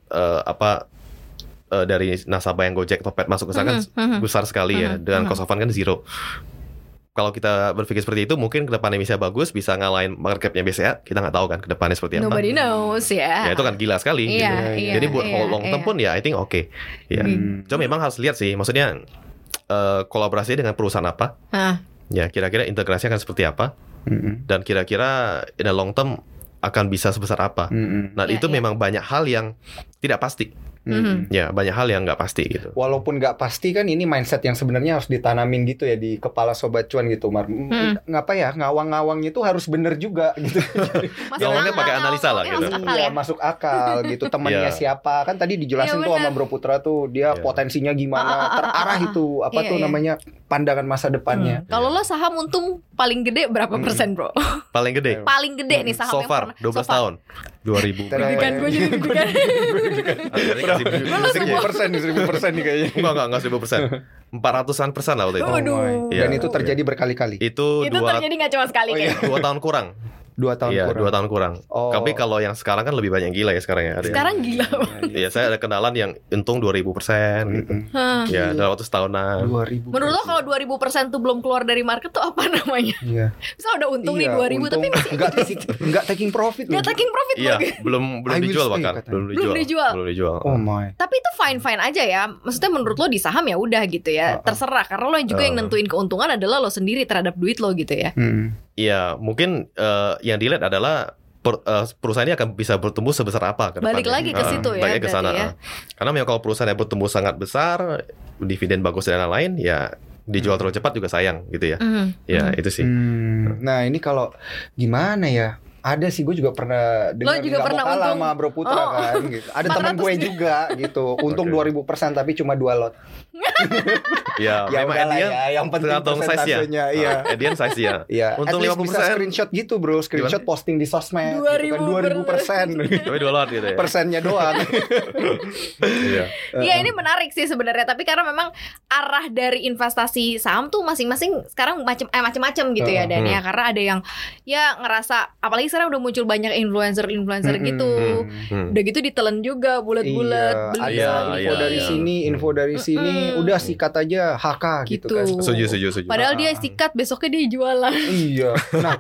dari nasabah yang Gojek, Topet masuk ke sana kan besar sekali ya, dengan cost of fund kan zero. Kalau kita berpikir seperti itu, mungkin ke depannya bisa bagus, bisa ngalahin market capnya BCA. Kita nggak tahu kan ke depannya seperti apa. Nobody knows ya. Ya itu kan gila sekali. Jadi buat long term pun ya I think oke. Ya. Cuma memang harus lihat sih, maksudnya kolaborasi dengan perusahaan apa. Ya, kira-kira integrasinya akan seperti apa, dan kira-kira in the long term akan bisa sebesar apa. Nah, itu memang banyak hal yang tidak pasti. Ya banyak hal yang nggak pasti gitu. Walaupun nggak pasti kan ini mindset yang sebenarnya harus ditanamin gitu ya di kepala Sobat Cuan gitu, Mar. Ngapa ya, ngawang-ngawangnya itu harus bener juga gitu. Ngawangnya pakai analisa lah gitu. Iya, masuk akal gitu. Temannya siapa? Kan tadi dijelasin tuh sama Bro Putra tuh dia potensinya gimana, terarah itu apa tuh namanya pandangan masa depannya. Kalau lo saham untung paling gede berapa persen, Bro? Paling gede. Paling gede nih saham so far 12 tahun. 2000. Deg-degan gue jadi deg-degan. 1000% nih kayaknya. Enggak 1000%. 400-an% lah waktu itu. Dan itu terjadi berkali-kali. Itu terjadi nggak cuma sekali kayaknya. 2 tahun kurang. 2 tahun kurang. kurang. 2 tahun kurang. Tapi kalau yang sekarang kan lebih banyak gila ya sekarang ya. Sekarang gila. Iya, saya ada kenalan yang untung 2000% gitu. Ya, dalam waktu setahunan. 2000%. Menurut lo kalau 2000% tuh belum keluar dari market tuh apa namanya? Iya. Misal udah untung nih 2000 tapi masih enggak taking profit. Enggak taking profit Iya, belum dijual bahkan. Belum dijual. Oh my. Tapi itu fine-fine aja ya. Maksudnya menurut lo di saham ya udah gitu ya. Terserah karena lo juga yang nentuin keuntungan adalah lo sendiri terhadap duit lo gitu ya. Iya, mungkin yang dilihat adalah perusahaan ini akan bisa bertumbuh sebesar apa ke depannya. Balik lagi ke situ ya. Balik ke sana. Ya. Karena memang kalau perusahaan yang bertumbuh sangat besar, dividen bagus dan lain-lain, ya dijual terlalu cepat juga sayang gitu ya. Ya itu sih. Nah ini kalau gimana ya? Ada sih, gue juga pernah dengar nggak mau kalah sama Bro Putra kan gitu. Ada teman gue juga gitu, untung 2000% tapi cuma 2 lot. Ya memang Edian yang penting persentasenya. Iya. Edian size ya. Iya. Untung 50%. Bisa screenshot gitu bro, screenshot posting di sosmed. 2000%. Tapi 2 lot gitu ya. Persennya doang. Iya ini menarik sih sebenarnya. Tapi karena memang arah dari investasi saham tuh masing-masing sekarang macam-macam gitu ya Dan ya. Karena ada yang ya ngerasa apalagi sekarang udah muncul banyak influencer gitu. Udah gitu ditelan juga bulat-bulat. Info dari sini, info dari sini, udah sikat aja HK gitu kan. Setuju. Padahal dia sikat, besoknya dia jualan. Iya. Nah.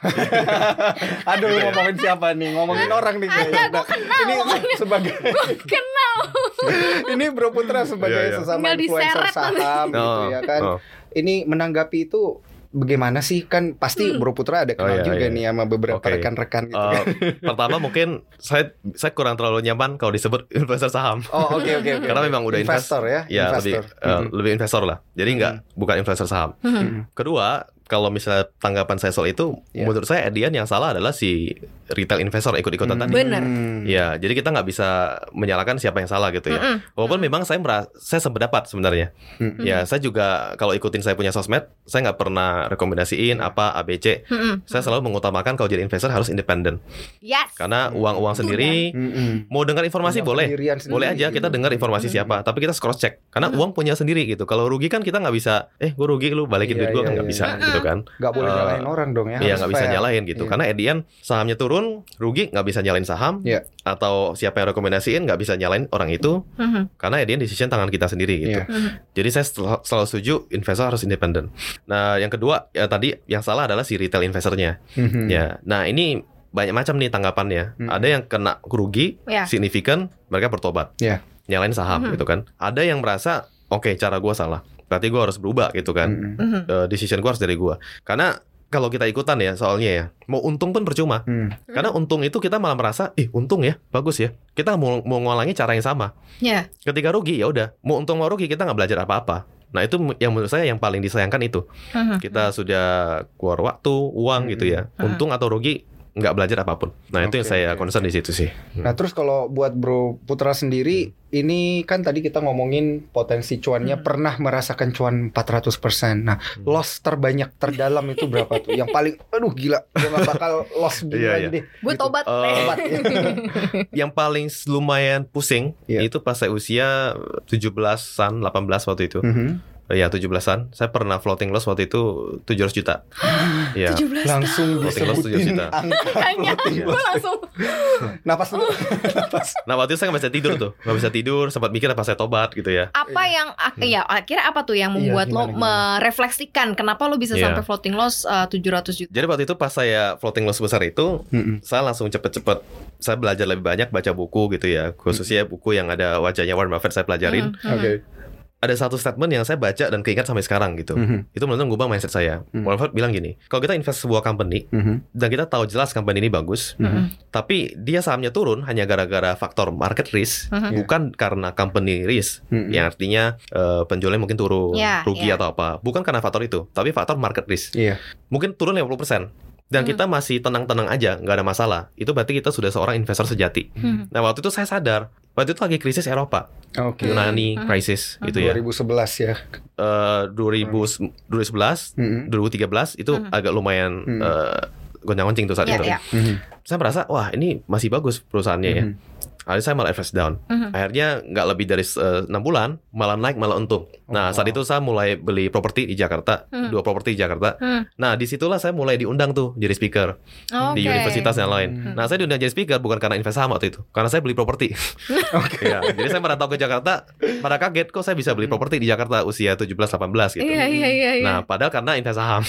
Aduh, ngomongin siapa nih? Ngomongin orang nih kayaknya. Ini sebagai kenal. Ini Bro Putra sebagai sesama influencer saham gitu ya kan. Ini menanggapi itu bagaimana sih, kan pasti Bro Putra ada kenal juga nih sama beberapa rekan-rekan gitu kan. Pertama mungkin saya kurang terlalu nyaman kalau disebut influencer saham. Oke. Karena memang udah investor ya. Ya lebih investor lah. Jadi bukan influencer saham. Kedua, kalau misalnya tanggapan saya soal itu, menurut saya Edian yang salah adalah si retail investor ikut-ikutan tadi. Benar. Ya, jadi kita nggak bisa menyalahkan siapa yang salah gitu ya. Walaupun memang saya sependapat sebenarnya. Ya, saya juga kalau ikutin saya punya sosmed, saya nggak pernah rekomendasiin apa ABC. Saya selalu mengutamakan kalau jadi investor harus independen. Yes. Karena uang sendiri, mau dengar informasi boleh aja kita dengar informasi siapa, tapi kita cross check. Karena uang punya sendiri gitu. Kalau rugi kan kita nggak bisa, gue rugi lu balikin duit gue kan nggak bisa gitu kan. Nggak boleh nyalain orang dong ya. Iya, nggak bisa nyalain gitu. Karena Edian sahamnya turun, rugi nggak bisa nyalain saham. Atau siapa yang rekomendasiin nggak bisa nyalain orang itu. Karena Edian decision tangan kita sendiri gitu. Jadi saya selalu setuju investor harus independen. Nah, yang kedua ya tadi yang salah adalah si retail investornya. Ya, nah ini banyak macam nih tanggapannya. Ada yang kena rugi signifikan, mereka bertobat, nyalain saham gitu kan. Ada yang merasa oke, cara gue salah, berarti gue harus berubah gitu kan. Decision gue harus dari gue. Karena kalau kita ikutan ya soalnya ya, mau untung pun percuma. Karena untung itu kita malah merasa, untung ya, bagus ya. Kita mau ngulangi cara yang sama. Ketika rugi ya udah, mau untung mau rugi kita nggak belajar apa-apa. Nah itu yang menurut saya yang paling disayangkan itu. Kita sudah keluar waktu, uang gitu ya. Untung atau rugi nggak belajar apapun. Nah itu yang saya concern di situ sih. Nah terus kalau buat Bro Putra sendiri, ini kan tadi kita ngomongin potensi cuannya, pernah merasakan cuan 400%. Nah loss terbanyak terdalam itu berapa tuh? Yang paling, aduh gila, gue gak bakal loss gini lagi deh. Gue gitu. Tobat. Yang paling lumayan pusing itu pas saya usia 17-an, 18 waktu itu. Ya 17-an. Saya pernah floating loss waktu itu 700 juta. Ya. 17 langsung disebutin angkanya. Gue langsung napas dulu. Nah waktu itu saya gak bisa tidur tuh. Gak bisa tidur, sempat mikir apa saya tobat gitu ya. Apa yang akhirnya apa tuh yang membuat lo merefleksikan kenapa lo bisa sampai floating loss 700 juta? Jadi waktu itu pas saya floating loss besar itu, saya langsung cepet-cepet saya belajar lebih banyak, baca buku gitu ya. Khususnya buku yang ada wajahnya Warren Buffett saya pelajarin. ada satu statement yang saya baca dan keingat sampai sekarang gitu. Itu benar-benar ngubah mindset saya. Warren Buffett bilang gini, kalau kita invest sebuah company dan kita tahu jelas company ini bagus, tapi dia sahamnya turun hanya gara-gara faktor market risk, bukan karena company risk, yang artinya penjualannya mungkin turun, rugi atau apa. Bukan karena faktor itu, tapi faktor market risk. Mungkin turun 50%. Dan kita masih tenang-tenang aja, nggak ada masalah. Itu berarti kita sudah seorang investor sejati. Nah, waktu itu saya sadar, waktu itu lagi krisis Eropa, Yunani krisis gitu ya. 2011 ya. 2011, 2013 itu agak lumayan goncang-goncing tuh saat itu. Saya merasa, wah ini masih bagus perusahaannya ya. Akhirnya saya malah invest down. Akhirnya nggak lebih dari 6 bulan, malah naik, malah untung. Nah, saat itu saya mulai beli properti di Jakarta, 2 properti di Jakarta. Nah, disitulah saya mulai diundang tuh jadi speaker di universitas yang lain. Nah, saya diundang jadi speaker bukan karena invest saham waktu itu, karena saya beli properti. Ya, jadi saya merantau ke Jakarta, pada kaget kok saya bisa beli properti di Jakarta usia 17-18 gitu. Nah, padahal karena invest saham.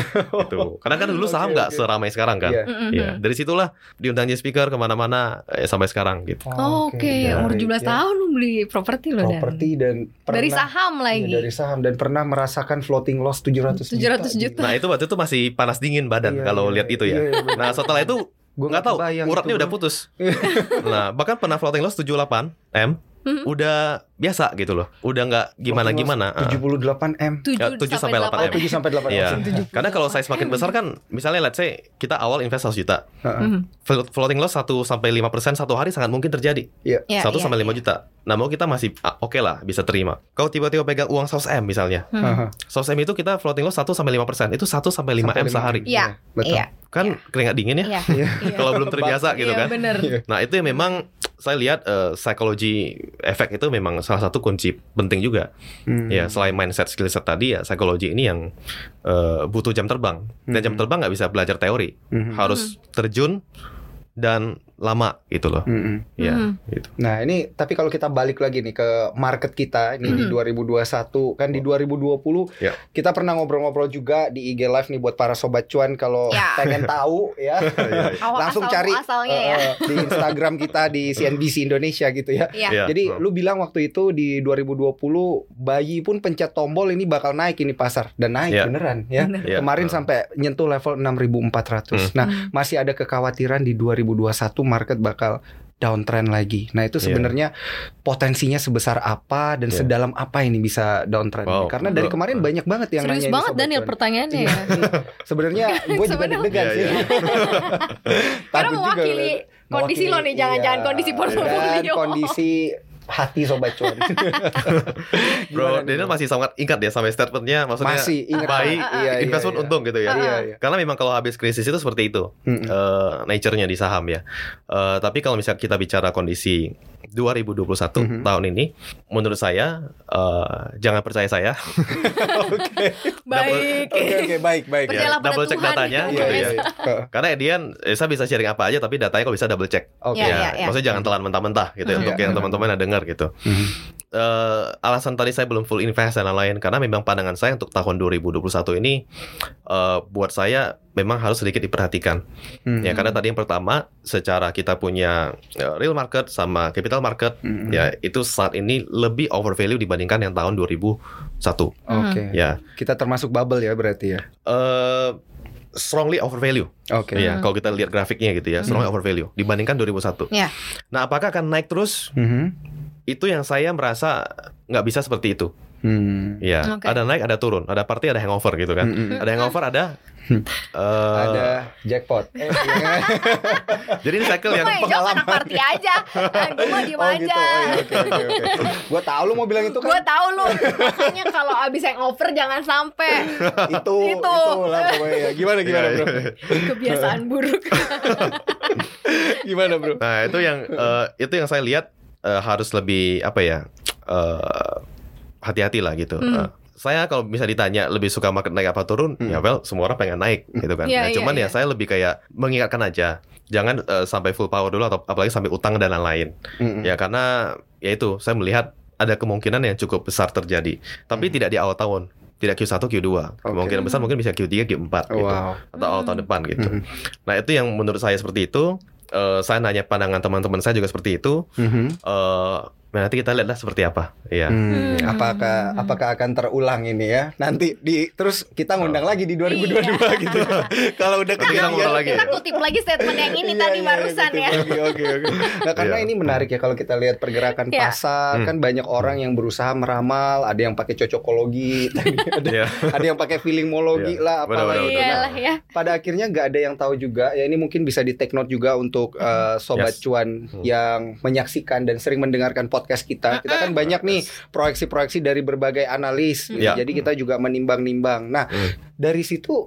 Gitu. Karena kan dulu saham nggak seramai sekarang kan. Ya, dari situlah diundang jadi speaker kemana-mana sampai sekarang gitu. Umur 17 tahun lu beli properti loh. Properti dan pernah, dari saham lagi. Dari saham dan pernah merasakan floating loss 700 juta. Nah, itu waktu itu masih panas dingin badan kalau lihat itu ya. Nah, setelah itu gue nggak tahu uratnya udah putus. Nah, bahkan pernah floating loss 78 M. Udah biasa gitu loh. Udah nggak gimana-gimana. 78 M. 7 sampai 8 M. 7 sampai 8 M. Iya. Karena kalau size makin besar kan, misalnya let's say kita awal invest 100 juta. Floating loss 1 sampai 5% satu hari sangat mungkin terjadi. 1 sampai 5 juta. Nah, mau kita masih oke lah, bisa terima. Kalau tiba-tiba pegang uang 100 M misalnya. 100 M itu kita floating loss 1 sampai 5%. Itu 1 sampai 5 M sehari. Iya, betul. Kan keringat dingin ya. Kalau belum terbiasa gitu kan. Nah, itu yang memang saya lihat psikologi efek itu memang salah satu kunci penting juga. Ya, selain mindset, skill set tadi ya, psikologi ini yang butuh jam terbang. Dan jam terbang nggak bisa belajar teori, harus terjun dan lama gitu loh. Ya, gitu. Nah, ini tapi kalau kita balik lagi nih ke market kita ini di 2021 kan di 2020 kita pernah ngobrol-ngobrol juga di IG Live nih buat para sobat cuan kalau pengen tahu ya. Langsung cari di Instagram kita di CNBC Indonesia gitu ya. Jadi lu bilang waktu itu di 2020 bayi pun pencet tombol ini bakal naik ini pasar dan naik beneran ya. Kemarin sampai nyentuh level 6.400. Nah, masih ada kekhawatiran di 2021 market bakal downtrend lagi. Nah, itu sebenarnya potensinya sebesar apa dan sedalam apa ini bisa downtrend? Karena dari kemarin banyak banget yang nanya. Serius banget Daniel pertanyaannya ya. Sebenarnya gue juga deg-degan sih. Karena mewakili kondisi lo nih, jangan kondisi portofolio. Kondisi hati sobat cuan. Bro, Daniel masih sangat ingat ya sampai statementnya, maksudnya masih ingat baik, investment untung gitu ya. Karena memang kalau habis krisis itu seperti itu, nature-nya di saham ya. Tapi kalau misalnya kita bicara kondisi 2021 tahun ini, menurut saya jangan percaya saya. Baik. Ya, double check datanya gitu ya. Karena Edian, saya bisa sharing apa aja, tapi datanya kok bisa double check. Maksudnya jangan telan mentah-mentah gitu ya, untuk yang teman-teman yang dengar gitu. Alasan tadi saya belum full invest dan lain-lain karena memang pandangan saya untuk tahun 2021 ini buat saya memang harus sedikit diperhatikan. Ya, karena tadi yang pertama secara kita punya real market sama capital market ya itu saat ini lebih overvalue dibandingkan yang tahun 2001. Ya. Kita termasuk bubble ya berarti ya. Strongly overvalue. Ya, kalau kita lihat grafiknya gitu ya, strongly overvalue dibandingkan 2001. Nah, apakah akan naik terus? Itu yang saya merasa nggak bisa seperti itu. Ada naik, ada turun, ada party, ada hangover gitu kan. Ada hangover, ada jackpot. Jadi ini cycle yang pengalaman party aja. Gue mau diem aja. Gue tahu lu mau bilang itu kan. Gue tahu lu. Makanya kalau abis hangover jangan sampai. Itu lah pokoknya. Gimana bro? Kebiasaan buruk. Gimana bro? Nah, itu yang saya lihat harus lebih hati-hati lah gitu. Saya kalau bisa ditanya lebih suka market naik apa turun, ya semua orang pengen naik gitu kan. Cuman saya lebih kayak mengingatkan aja, jangan sampai full power dulu atau apalagi sampai utang dan lain-lain. Ya karena ya itu saya melihat ada kemungkinan yang cukup besar terjadi, tapi tidak di awal tahun. Tidak Q1, Q2. Kemungkinan besar mungkin bisa Q3, Q4 gitu. Atau awal tahun depan gitu. Nah, itu yang menurut saya seperti itu. Saya nanya pandangan teman-teman saya juga seperti itu. nanti kita lihatlah seperti apa. Iya. Apakah akan terulang ini ya? Nanti terus kita ngundang lagi di 2022 gitu. Kalau udah kita kutip lagi statement yang ini tadi barusan ya. Oke. Nah, karena ini menarik ya kalau kita lihat pergerakan pasar, kan banyak orang yang berusaha meramal, ada yang pakai cocokologi, ada yang pakai feelingmologi lah apalagi. Pada akhirnya nggak ada yang tahu juga. Ya ini mungkin bisa di take note juga untuk sobat cuan yang menyaksikan dan sering mendengarkan podcast kita kan banyak nih proyeksi-proyeksi dari berbagai analis gitu. Jadi kita juga menimbang-nimbang. Nah, dari situ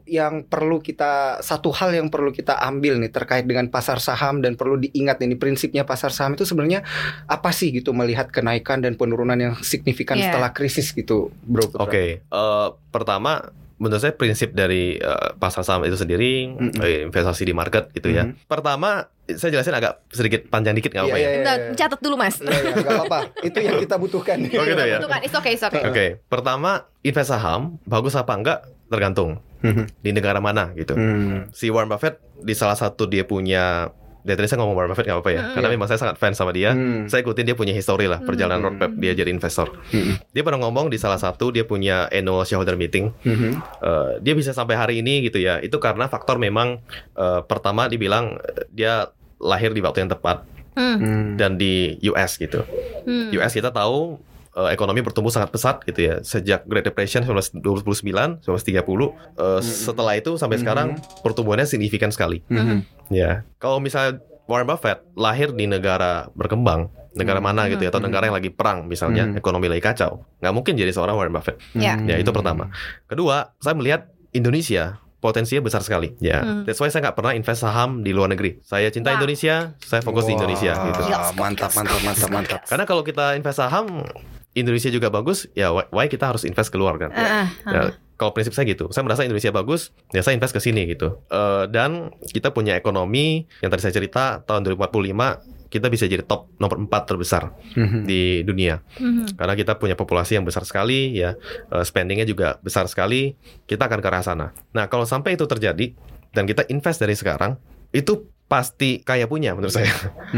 satu hal yang perlu kita ambil nih terkait dengan pasar saham dan perlu diingat ini prinsipnya pasar saham itu sebenarnya apa sih gitu melihat kenaikan dan penurunan yang signifikan setelah krisis gitu, Bro Putra. Oke. Pertama, menurut saya prinsip dari pasar saham itu sendiri, investasi di market gitu ya. Pertama, saya jelasin agak sedikit panjang dikit nggak apa ya? Catat dulu Mas. Nggak apa-apa. Itu yang kita butuhkan. Oh gitu ya? It's okay. Oke. Pertama, invest saham bagus apa enggak tergantung di negara mana gitu. Si Warren Buffett di salah satu dia punya. Dari tadi saya ngomong Warren Buffett nggak apa ya? Karena memang saya sangat fans sama dia. Saya ikutin dia punya history lah perjalanan roadmap dia jadi investor. Dia pernah ngomong di salah satu dia punya annual shareholder meeting. Dia bisa sampai hari ini gitu ya. Itu karena faktor memang pertama dibilang dia lahir di waktu yang tepat dan di US gitu. US kita tahu ekonomi bertumbuh sangat pesat gitu ya sejak Great Depression 1929, 1930. Setelah itu sampai sekarang pertumbuhannya signifikan sekali. Ya, kalau misalnya Warren Buffett lahir di negara berkembang, negara mana gitu ya, atau negara yang lagi perang misalnya, ekonomi lagi kacau, nggak mungkin jadi seorang Warren Buffett. Ya itu pertama. Kedua, saya melihat Indonesia potensinya besar sekali. That's why saya nggak pernah invest saham di luar negeri. Saya cinta Indonesia, saya fokus di Indonesia gitu. Mantap. Karena kalau kita invest saham Indonesia juga bagus, ya why kita harus invest keluar kan? Nah, kalau prinsip saya gitu, saya merasa Indonesia bagus, ya saya invest ke sini gitu. Dan kita punya ekonomi yang tadi saya cerita tahun 2045 kita bisa jadi top nomor 4 terbesar di dunia. Karena kita punya populasi yang besar sekali, ya spendingnya juga besar sekali. Kita akan ke arah sana. Nah, kalau sampai itu terjadi dan kita invest dari sekarang, itu pasti kaya punya menurut saya.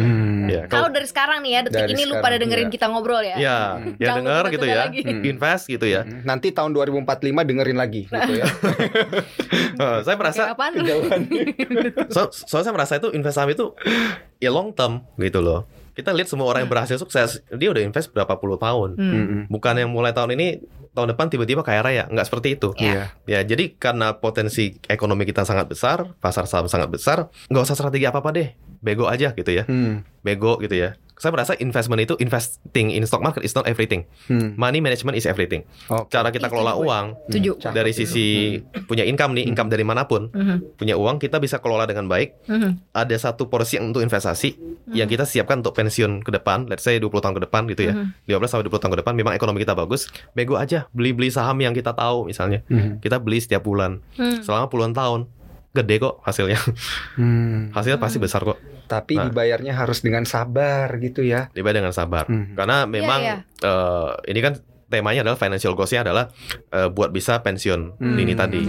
Kalau dari sekarang nih ya, detik ini lu pada dengerin kita ngobrol ya. Ya denger gitu ya, invest gitu ya. Nanti tahun 2045 dengerin lagi gitu ya. Saya merasa soalnya saya merasa itu invest saham itu ya long term gitu loh. Kita lihat semua orang yang berhasil sukses, dia udah invest berapa puluh tahun. Bukan yang mulai tahun ini, tahun depan tiba-tiba kaya raya. Nggak seperti itu. Ya, jadi karena potensi ekonomi kita sangat besar, pasar saham sangat besar, nggak usah strategi apa-apa deh. Bego aja gitu ya. Bego gitu ya. Saya merasa investment itu, investing in stock market is not everything. Money management is everything. Cara kita kelola uang dari sisi punya income nih, income dari manapun, punya uang kita bisa kelola dengan baik. Ada satu porsi untuk investasi yang kita siapkan untuk pensiun ke depan, let's say 20 tahun ke depan gitu ya. 15 sampai 20 tahun ke depan memang ekonomi kita bagus. Bego aja beli saham yang kita tahu misalnya. Kita beli setiap bulan selama puluhan tahun. Gede kok hasilnya. Hasilnya pasti besar kok. Tapi dibayarnya harus dengan sabar gitu ya. Dibayar dengan sabar. Karena memang ini kan temanya adalah financial goals-nya adalah buat bisa pensiun dini tadi.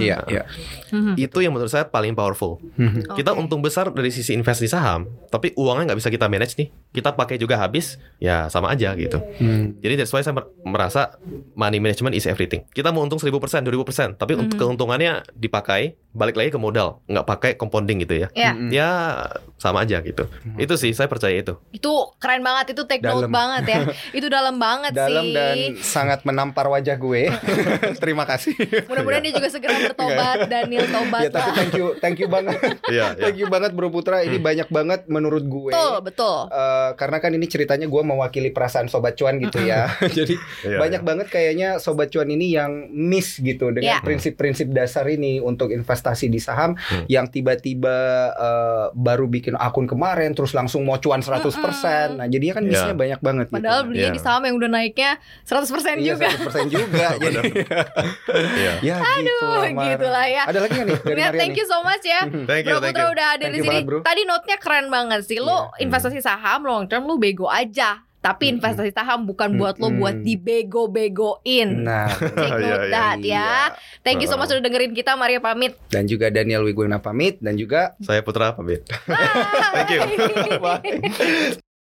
Itu yang menurut saya paling powerful. Kita untung besar dari sisi invest di saham, tapi uangnya nggak bisa kita manage nih. Kita pakai juga habis, ya sama aja gitu. Jadi that's why saya merasa money management is everything. Kita mau untung 1000%, 2000%, tapi keuntungannya dipakai balik lagi ke modal, nggak pakai compounding gitu ya. Ya sama aja gitu. Itu sih saya percaya itu. Itu keren banget, itu take note banget ya. Itu dalam banget sih. Dalam dan sangat menampar wajah gue. Terima kasih. Mudah-mudahan dia juga segera bertobat, Daniel tobat. Ya tapi thank you banget. Thank you banget Bro Putra. Ini banyak banget menurut gue. Betul. Karena kan ini ceritanya gue mewakili perasaan Sobat Cuan gitu ya. Jadi banyak banget kayaknya Sobat Cuan ini yang miss gitu dengan prinsip-prinsip dasar ini untuk investasi di saham yang tiba-tiba baru bikin akun kemarin terus langsung mau cuan 100%. Nah, jadinya kan missnya banyak banget gitu. Padahal belinya di saham yang udah naiknya 100% juga. 100% juga. Jadi ya gitulah ya. Ada lagi gak nih dari Maria? Thank you so much ya. Bro Putra udah ada di sini. Tadi note-nya keren banget sih. Lo investasi saham long term lo bego aja. Tapi investasi saham bukan buat lo buat dibego-begoin. Nah, take note that ya. Thank you so much udah dengerin kita. Maria pamit. Dan juga Daniel Wiguna pamit. Dan juga saya Putra pamit. Thank you. Bye.